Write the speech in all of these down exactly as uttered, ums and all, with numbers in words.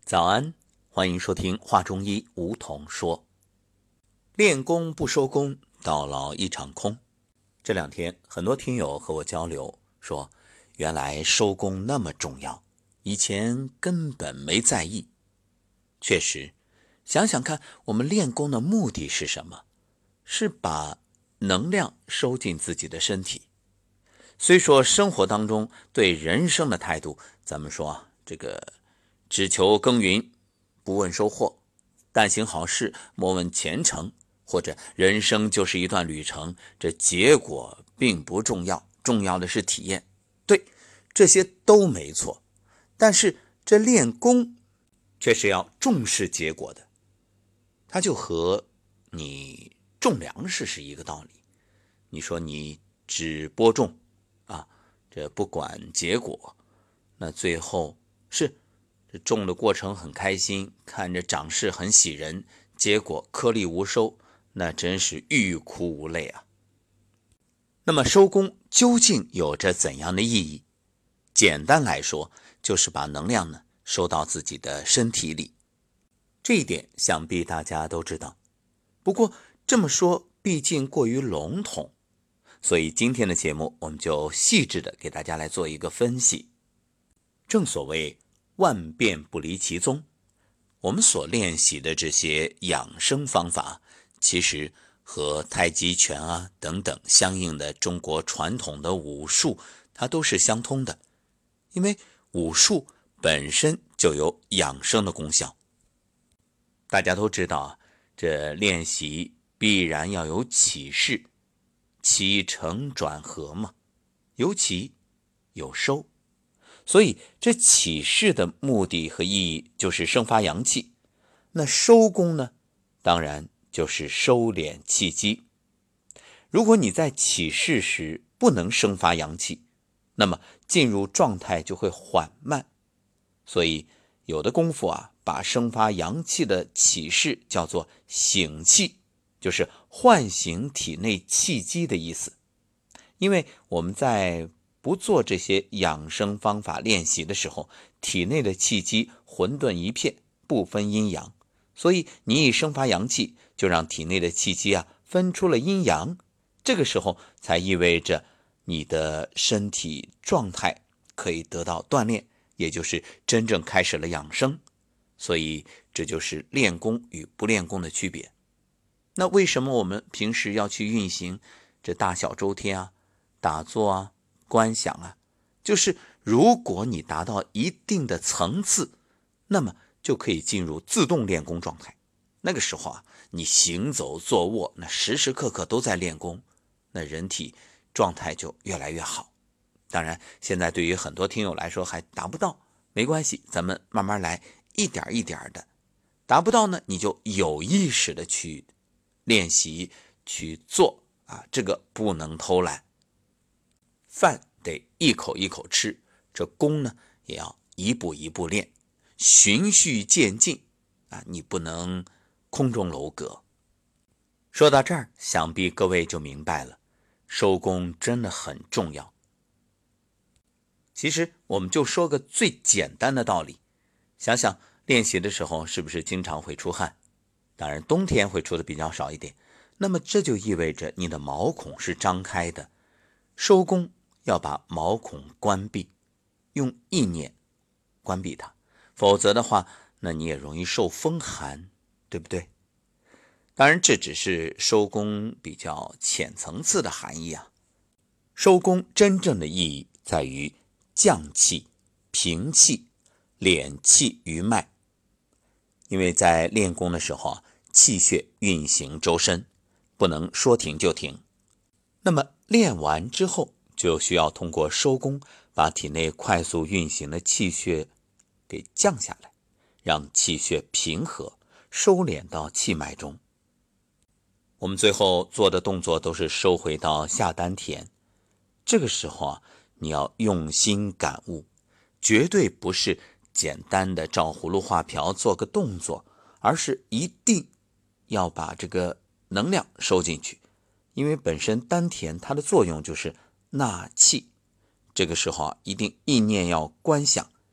早安，欢迎收听话中医梧桐说。练功不收功，到老一场空。这两天很多听友和我交流说，原来收功那么重要，以前根本没在意。确实，想想看，我们练功的目的是什么？是把能量收进自己的身体。虽说生活当中对人生的态度，咱们说啊，这个只求耕耘，不问收获，但行好事，莫问前程，或者人生就是一段旅程，这结果并不重要，重要的是体验。对，这些都没错，但是这练功却是要重视结果的。它就和你种粮食是一个道理。你说你只播种啊，这不管结果，那最后是这种的过程很开心，看着长势很喜人，结果颗粒无收，那真是欲哭无泪啊。那么收功究竟有着怎样的意义？简单来说，就是把能量呢收到自己的身体里。这一点想必大家都知道。不过这么说毕竟过于笼统，所以今天的节目我们就细致的给大家来做一个分析。正所谓万变不离其宗，我们所练习的这些养生方法，其实和太极拳啊等等相应的中国传统的武术，它都是相通的。因为武术本身就有养生的功效。大家都知道啊，这练习必然要有起势，起承转合嘛，有起有收。所以这起势的目的和意义就是生发阳气，那收功呢，当然就是收敛气机。如果你在起势时不能生发阳气，那么进入状态就会缓慢。所以有的功夫啊，把生发阳气的起势叫做醒气，就是唤醒体内气机的意思。因为我们在不做这些养生方法练习的时候，体内的气机混沌一片，不分阴阳，所以你一生发阳气，就让体内的气机啊分出了阴阳，这个时候才意味着你的身体状态可以得到锻炼，也就是真正开始了养生。所以这就是练功与不练功的区别。那为什么我们平时要去运行这大小周天啊、打坐啊、观想啊？就是如果你达到一定的层次，那么就可以进入自动练功状态。那个时候啊，你行走坐卧，那时时刻刻都在练功，那人体状态就越来越好。当然现在对于很多听友来说还达不到，没关系，咱们慢慢来，一点一点的。达不到呢，你就有意识的去练习去做啊，这个不能偷懒。饭得一口一口吃，这功呢也要一步一步练，循序渐进啊，你不能空中楼阁。说到这儿，想必各位就明白了，收功真的很重要。其实我们就说个最简单的道理，想想练习的时候是不是经常会出汗？当然冬天会出的比较少一点，那么这就意味着你的毛孔是张开的。收功要把毛孔关闭，用意念关闭它，否则的话，那你也容易受风寒，对不对？当然这只是收功比较浅层次的含义啊。收功真正的意义在于降气、平气、敛气于脉。因为在练功的时候啊，气血运行周身，不能说停就停。那么练完之后，就需要通过收功，把体内快速运行的气血给降下来，让气血平和，收敛到气脉中。我们最后做的动作都是收回到下丹田。这个时候啊，你要用心感悟，绝对不是简单的照葫芦画瓢做个动作，而是一定要把这个能量收进去。因为本身丹田它的作用就是纳气，这个时候啊，一定意念要观想，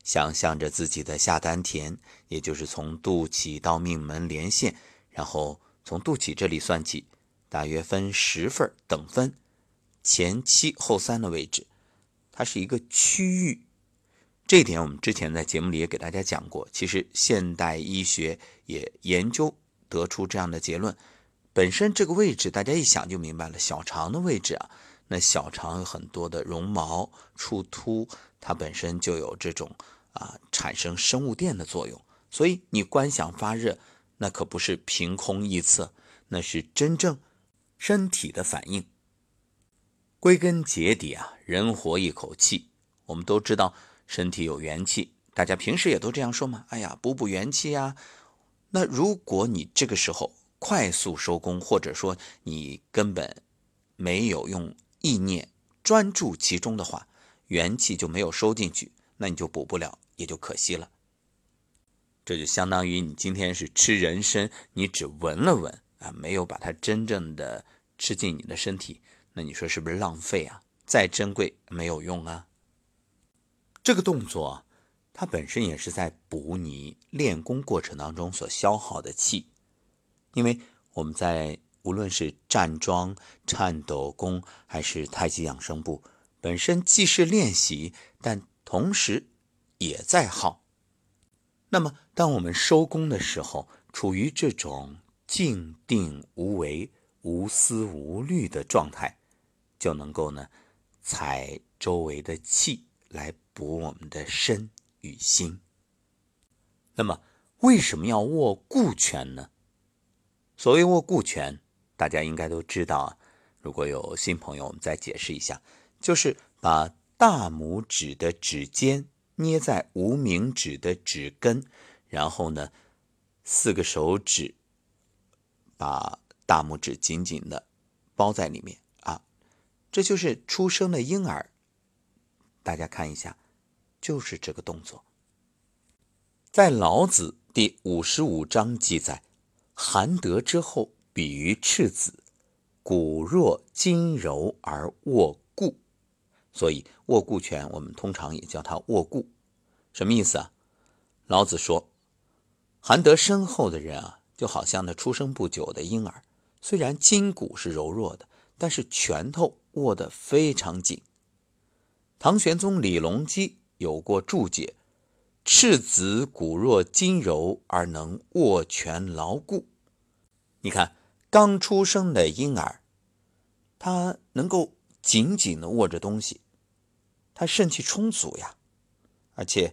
想象着自己的下丹田，也就是从肚脐到命门连线，然后从肚脐这里算起，大约分十份等分，前七后三的位置，它是一个区域。这一点我们之前在节目里也给大家讲过，其实现代医学也研究得出这样的结论。本身这个位置大家一想就明白了，小肠的位置啊，那小肠有很多的绒毛触突，它本身就有这种啊产生生物电的作用，所以你观想发热，那可不是凭空臆测，那是真正身体的反应。归根结底啊，人活一口气，我们都知道身体有元气，大家平时也都这样说嘛，哎呀，补补元气啊。那如果你这个时候快速收工，或者说你根本没有用意念专注其中的话，元气就没有收进去，那你就补不了，也就可惜了。这就相当于你今天是吃人参，你只闻了闻啊，没有把它真正的吃进你的身体，那你说是不是浪费啊？再珍贵没有用啊。这个动作它本身也是在补你练功过程当中所消耗的气，因为我们在无论是站桩、颤抖功还是太极养生步，本身既是练习，但同时也在耗。那么当我们收功的时候，处于这种静定无为、无思无虑的状态，就能够呢采周围的气来补我们的身与心。那么为什么要握固拳呢？所谓握固拳，大家应该都知道啊。如果有新朋友，我们再解释一下，就是把大拇指的指尖捏在无名指的指根，然后呢，四个手指把大拇指紧紧的包在里面啊，这就是出生的婴儿。大家看一下，就是这个动作。在老子第五十五章记载，含德之后，比于赤子，骨若筋柔而握固。所以握固拳我们通常也叫它握固。什么意思啊？老子说，含德深厚的人啊，就好像那出生不久的婴儿，虽然筋骨是柔弱的，但是拳头握得非常紧。唐玄宗李隆基有过注解，赤子骨若筋柔而能握拳牢固。你看，刚出生的婴儿，他能够紧紧地握着东西，他肾气充足呀，而且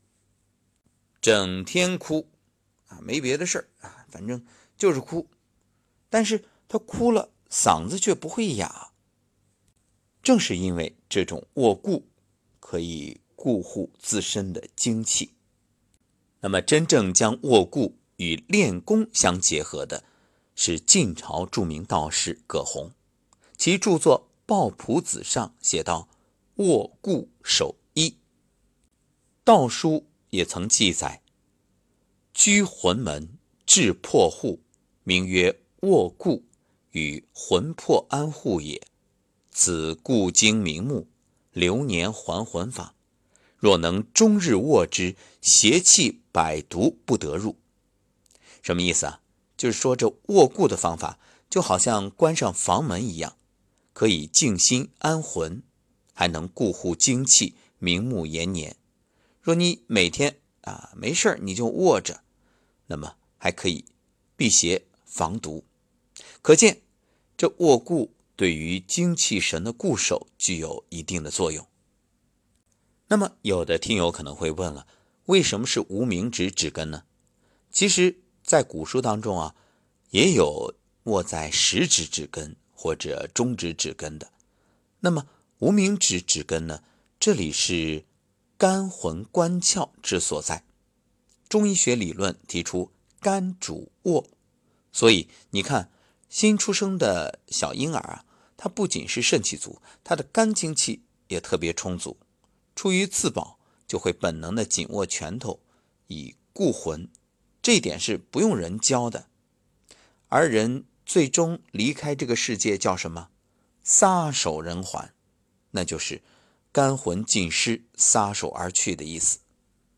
整天哭啊，没别的事啊，反正就是哭，但是他哭了，嗓子却不会哑。正是因为这种握固，可以固护自身的精气。那么真正将握固与练功相结合的是晋朝著名道士葛洪，其著作《抱朴子》上写道：握固守一。道书也曾记载，居魂门，至破户，名曰握固，与魂魄安户也。此固精明目，流年还魂法。若能终日握之，邪气百毒不得入。什么意思啊？就是说这握固的方法就好像关上房门一样，可以静心安魂，还能固护精气，明目延年。若你每天啊没事你就握着，那么还可以辟邪防毒。可见这握固对于精气神的固守具有一定的作用。那么有的听友可能会问了，为什么是无名指指根呢？其实在古书当中啊，也有握在食指指根或者中指指根的。那么无名指指根呢，这里是肝魂关窍之所在。中医学理论提出肝主握，所以你看新出生的小婴儿啊，他不仅是肾气足，他的肝精气也特别充足，出于自保就会本能的紧握拳头以固魂，这一点是不用人教的。而人最终离开这个世界叫什么？撒手人寰，那就是肝魂尽失，撒手而去的意思。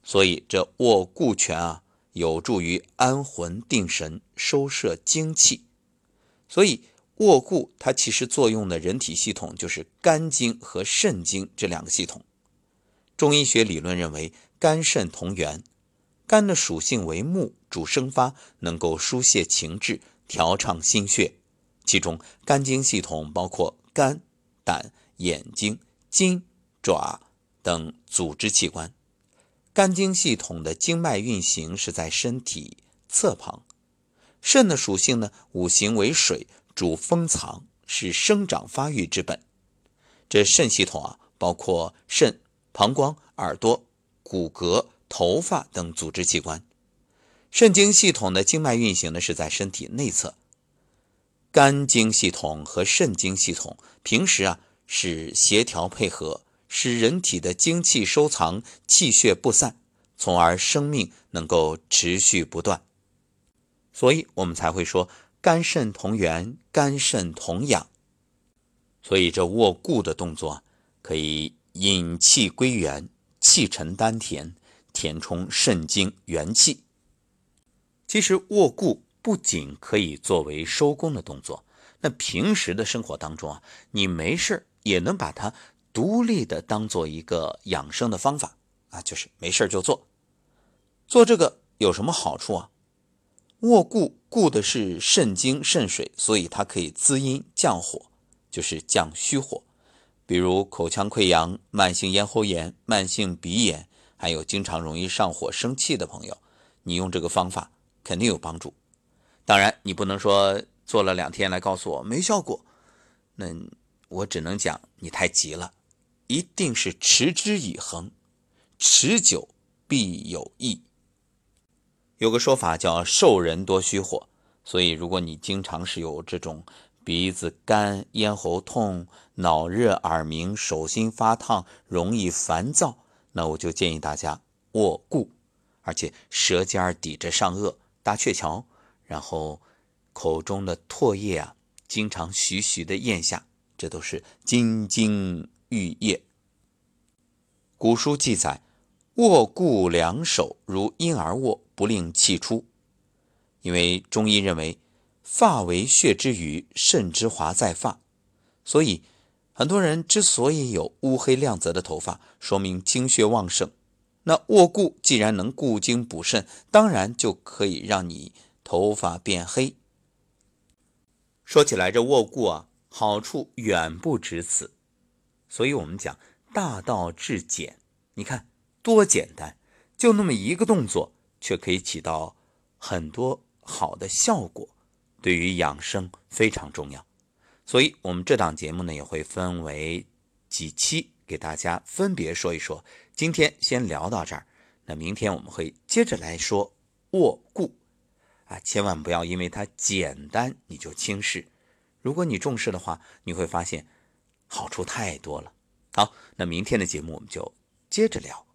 所以这握固拳啊，有助于安魂定神，收摄精气。所以握固它其实作用的人体系统就是肝经和肾经这两个系统。中医学理论认为肝肾同源，肝的属性为木，主生发，能够疏泄情志，调畅心血。其中肝经系统包括肝、胆、眼睛、筋、爪等组织器官。肝经系统的经脉运行是在身体侧旁。肾的属性呢，五行为水，主封藏，是生长发育之本。这肾系统啊，包括肾、膀胱、耳朵、骨骼、头发等组织器官。肾经系统的经脉运行呢，是在身体内侧。肝经系统和肾经系统平时啊是协调配合，使人体的精气收藏，气血不散，从而生命能够持续不断。所以我们才会说肝肾同源，肝肾同养。所以这握固的动作可以引气归元，气沉丹田，填充肾经元气。其实握固不仅可以作为收功的动作，那平时的生活当中啊，你没事也能把它独立的当做一个养生的方法啊，就是没事就做。做这个有什么好处啊？握固固的是肾经肾水，所以它可以滋阴降火，就是降虚火。比如口腔溃疡、慢性咽喉炎、慢性鼻炎，还有经常容易上火生气的朋友，你用这个方法肯定有帮助。当然你不能说做了两天来告诉我没效果，那我只能讲你太急了，一定是持之以恒，持久必有益。有个说法叫瘦人多虚火，所以如果你经常是有这种鼻子干、咽喉痛、脑热、耳鸣、手心发烫、容易烦躁，那我就建议大家握固，而且舌尖抵着上颚搭鹊桥，然后口中的唾液啊经常徐徐的咽下，这都是津津欲液。古书记载，握固两手如婴儿握，不令气出。因为中医认为发为血之余，肾之华在发，所以很多人之所以有乌黑亮泽的头发，说明精血旺盛。那握固既然能固精补肾，当然就可以让你头发变黑。说起来这握固啊，好处远不止此，所以我们讲大道至简，你看多简单，就那么一个动作，却可以起到很多好的效果，对于养生非常重要。所以我们这档节目呢，也会分为几期给大家分别说一说。今天先聊到这儿，那明天我们会接着来说握固啊，千万不要因为它简单你就轻视，如果你重视的话，你会发现好处太多了。好，那明天的节目我们就接着聊。